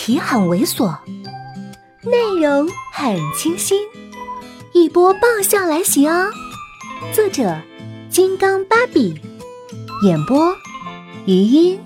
题很猥琐，内容很清新，一波爆笑来袭哦！作者金刚芭比，演播余音。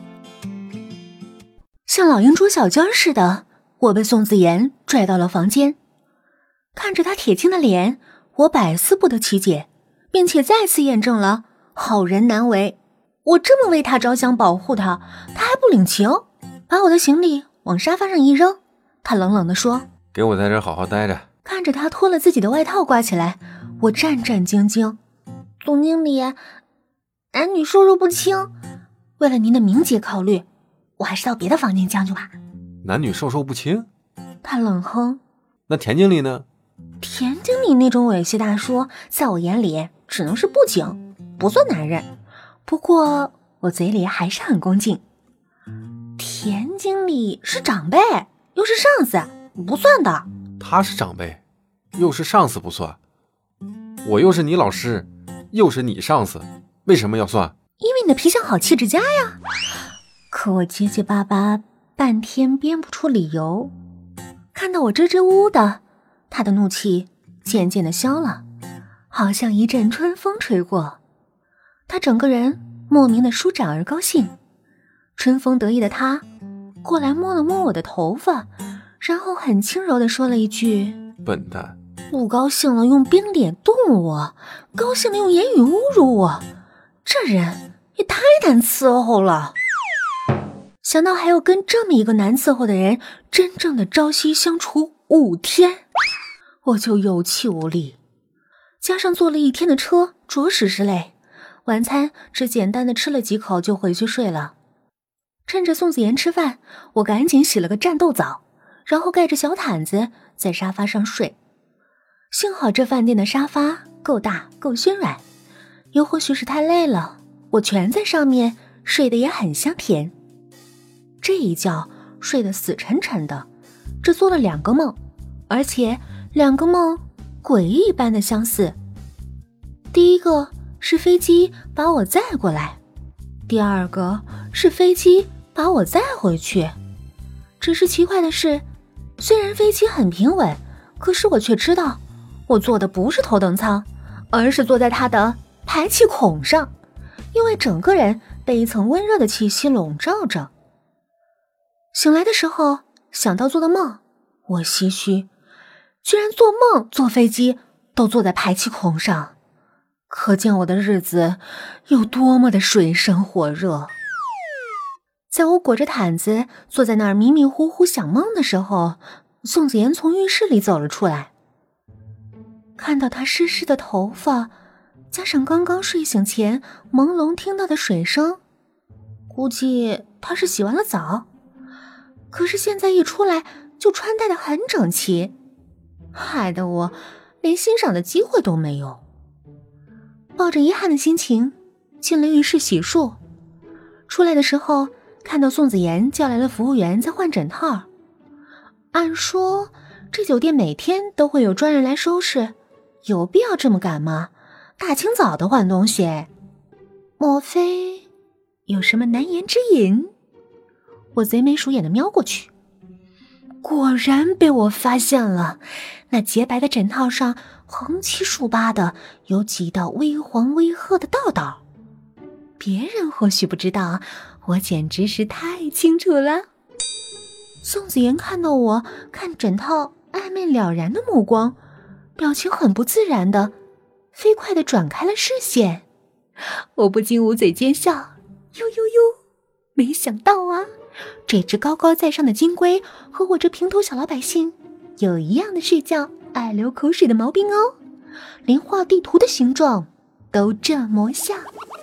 像老鹰捉小鸡似的，我被宋子妍拽到了房间。看着他铁青的脸，我百思不得其解，并且再次验证了好人难为。我这么为他着想保护他，他还不领情，把我的行李往沙发上一扔。他冷冷地说： 给我在这好好待着。 看着他脱了自己的外套挂起来，我战战兢兢。总经理，男女授受不亲，为了您的名节考虑，我还是到别的房间将就吧。 男女授受不亲？ 他冷哼。 那田经理呢？ 田经理那种猥亵大叔，在我眼里只能是布景，不算男人。不过我嘴里还是很恭敬。田经理是长辈，又是上司，不算的。 他是长辈，又是上司不算。我又是你老师，又是你上司，为什么要算？ 因为你的皮相好，气质佳呀。可我结结巴巴半天编不出理由。看到我支支吾吾的，他的怒气渐渐地消了，好像一阵春风吹过。他整个人莫名的舒展而高兴。春风得意的他过来摸了摸我的头发，然后很轻柔地说了一句： 笨蛋。 不高兴了用冰脸冻我，高兴了用言语侮辱我，这人也太难伺候了。想到还要跟这么一个难伺候的人真正的朝夕相处5天，我就有气无力。加上坐了1天的车，着实是累。晚餐只简单的吃了几口就回去睡了。趁着宋子妍吃饭，我赶紧洗了个战斗澡，然后盖着小毯子在沙发上睡。幸好这饭店的沙发够大够暄软，又或许是太累了，我蜷在上面睡得也很香甜。这一觉睡得死沉沉的，只做了2个梦，而且2个梦诡异般的相似。第一个是飞机把我载过来，第二个是飞机把我载回去。只是奇怪的是，虽然飞机很平稳，可是我却知道我坐的不是头等舱，而是坐在它的排气孔上，因为整个人被一层温热的气息笼罩着。醒来的时候想到做的梦，我唏嘘，居然做梦坐飞机都坐在排气孔上，可见我的日子有多么的水深火热。在我裹着毯子坐在那儿迷迷糊糊想梦的时候，宋子妍从浴室里走了出来。看到她湿湿的头发，加上刚刚睡醒前朦胧听到的水声，估计她是洗完了澡。可是现在一出来就穿戴得很整齐，害得我连欣赏的机会都没有。抱着遗憾的心情进了浴室洗漱，出来的时候看到宋子妍叫来了服务员在换枕套。按说这酒店每天都会有专人来收拾，有必要这么赶吗？大清早的换东西，莫非有什么难言之隐？我贼眉鼠眼的瞄过去，果然被我发现了。那洁白的枕套上横七竖八的有几道微黄微褐的道道，别人或许不知道，我简直是太清楚了。宋子妍看到我看枕套暧昧了然的目光，表情很不自然的飞快地转开了视线。我不禁捂嘴奸笑，呦呦呦，没想到啊，这只高高在上的金龟和我这平头小老百姓有一样的睡觉爱流口水的毛病哦，连画地图的形状都这么像。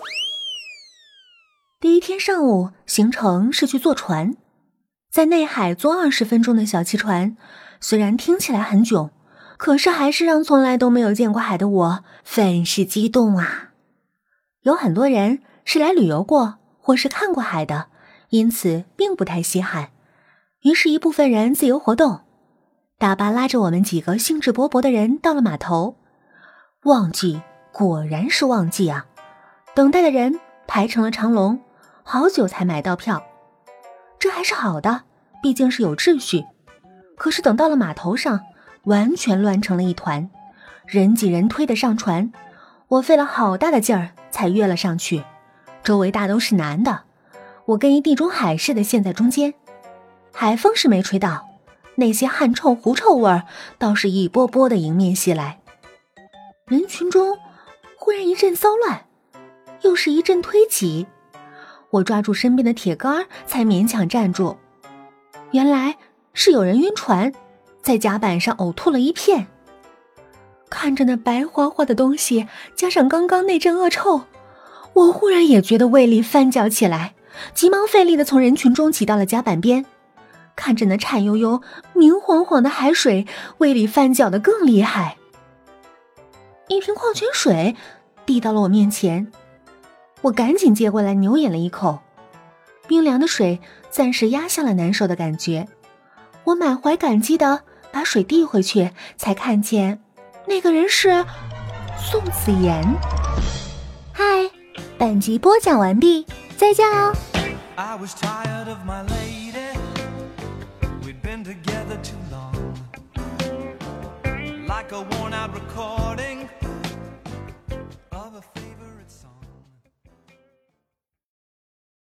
第一天上午行程是去坐船，在内海坐20分钟的小汽船，虽然听起来很囧，可是还是让从来都没有见过海的我甚是激动啊。有很多人是来旅游过或是看过海的，因此并不太稀罕。于是一部分人自由活动，大巴拉着我们几个兴致勃勃的人到了码头。旺季果然是旺季啊，等待的人排成了长龙，好久才买到票。这还是好的， 毕竟是有秩序。可是等到了码头上，完全乱成了一团，人挤人推的上船，我费了好大的劲儿才跃了上去。周围大都是男的，我跟一地中海似的陷在中间。海风是没吹到，那些汗臭狐臭味儿倒是一波波的迎面袭来。人群中忽然一阵骚乱，又是一阵推挤，我抓住身边的铁杆才勉强站住。原来是有人晕船，在甲板上呕吐了一片。看着那白花花的东西，加上刚刚那阵恶臭，我忽然也觉得胃里翻搅起来，急忙费力地从人群中挤到了甲板边。看着那颤悠悠明晃晃的海水，胃里翻搅得更厉害。一瓶矿泉水递到了我面前，我赶紧接过来扭饮了一口，冰凉的水暂时压下了难受的感觉。我满怀感激地把水递回去，才看见那个人是宋子妍。嗨，本集播讲完毕，再见哦。I was tired of my lady. We'd been together too long. Like a worn out recording.